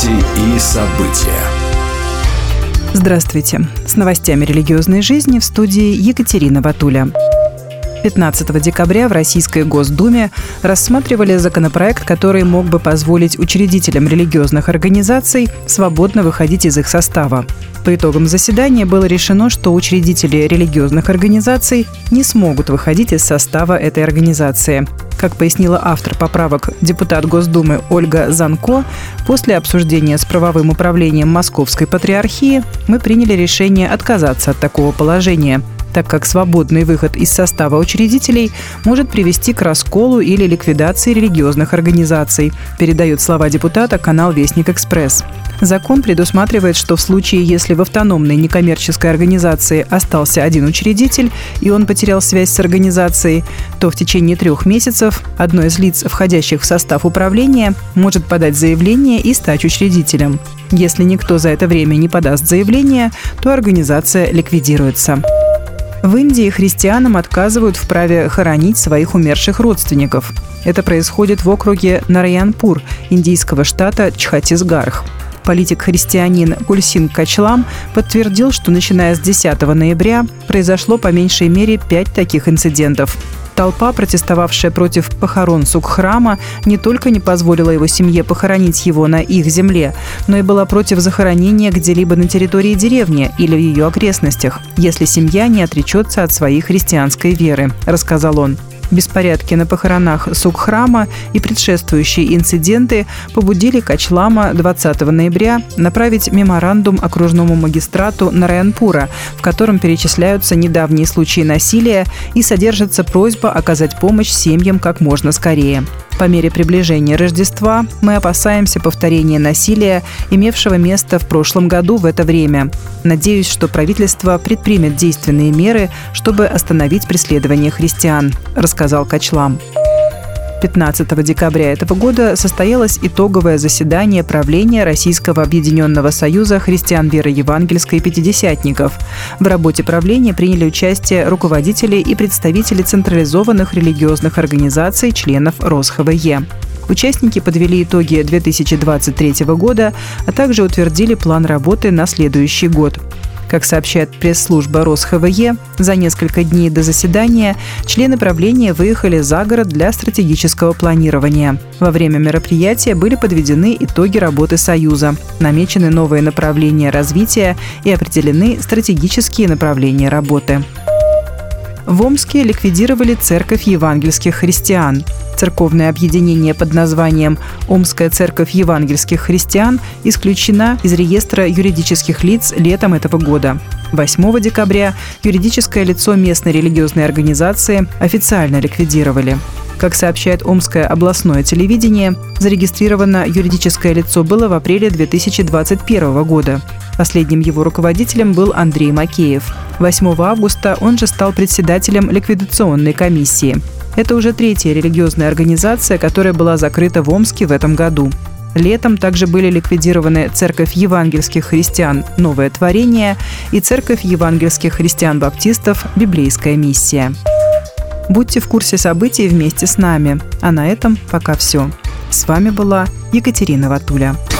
Новости и события. Здравствуйте. С новостями религиозной жизни в студии Екатерина Ватуля. 15 декабря в Российской Госдуме рассматривали законопроект, который мог бы позволить учредителям религиозных организаций свободно выходить из их состава. По итогам заседания было решено, что учредители религиозных организаций не смогут выходить из состава этой организации. Как пояснила автор поправок, депутат Госдумы Ольга Занко, после обсуждения с правовым управлением Московской Патриархии мы приняли решение отказаться от такого положения, так как свободный выход из состава учредителей может привести к расколу или ликвидации религиозных организаций, передает слова депутата канал «Вестник Экспресс». Закон предусматривает, что в случае, если в автономной некоммерческой организации остался один учредитель и он потерял связь с организацией, то в течение 3 месяцев одно из лиц, входящих в состав управления, может подать заявление и стать учредителем. Если никто за это время не подаст заявление, то организация ликвидируется. В Индии христианам отказывают в праве хоронить своих умерших родственников. Это происходит в округе Нарайанпур индийского штата Чхаттисгарх. Политик-христианин Гульсин Качлам подтвердил, что начиная с 10 ноября произошло по меньшей мере 5 таких инцидентов. Толпа, протестовавшая против похорон Сукхрама, не только не позволила его семье похоронить его на их земле, но и была против захоронения где-либо на территории деревни или в ее окрестностях, если семья не отречется от своей христианской веры, рассказал он. Беспорядки на похоронах Сукхрама и предшествующие инциденты побудили Качлама 20 ноября направить меморандум окружному магистрату Нарайанпура, в котором перечисляются недавние случаи насилия и содержится просьба оказать помощь семьям как можно скорее. По мере приближения Рождества мы опасаемся повторения насилия, имевшего место в прошлом году в это время. Надеюсь, что правительство предпримет действенные меры, чтобы остановить преследование христиан, рассказал Качлам. 15 декабря этого года состоялось итоговое заседание правления Российского объединенного союза христиан веры евангельской пятидесятников. В работе правления приняли участие руководители и представители централизованных религиозных организаций, членов РосХВЕ. Участники подвели итоги 2023 года, а также утвердили план работы на следующий год. Как сообщает пресс-служба РосХВЕ, за несколько дней до заседания члены правления выехали за город для стратегического планирования. Во время мероприятия были подведены итоги работы Союза, намечены новые направления развития и определены стратегические направления работы. В Омске ликвидировали церковь евангельских христиан. Церковное объединение под названием «Омская церковь евангельских христиан» исключена из реестра юридических лиц летом этого года. 8 декабря юридическое лицо местной религиозной организации официально ликвидировали. Как сообщает Омское областное телевидение, зарегистрировано юридическое лицо было в апреле 2021 года. Последним его руководителем был Андрей Макеев. 8 августа он же стал председателем ликвидационной комиссии. Это уже 3-я религиозная организация, которая была закрыта в Омске в этом году. Летом также были ликвидированы Церковь евангельских христиан «Новое творение» и Церковь евангельских христиан-баптистов «Библейская миссия». Будьте в курсе событий вместе с нами. А на этом пока все. С вами была Екатерина Ватуля.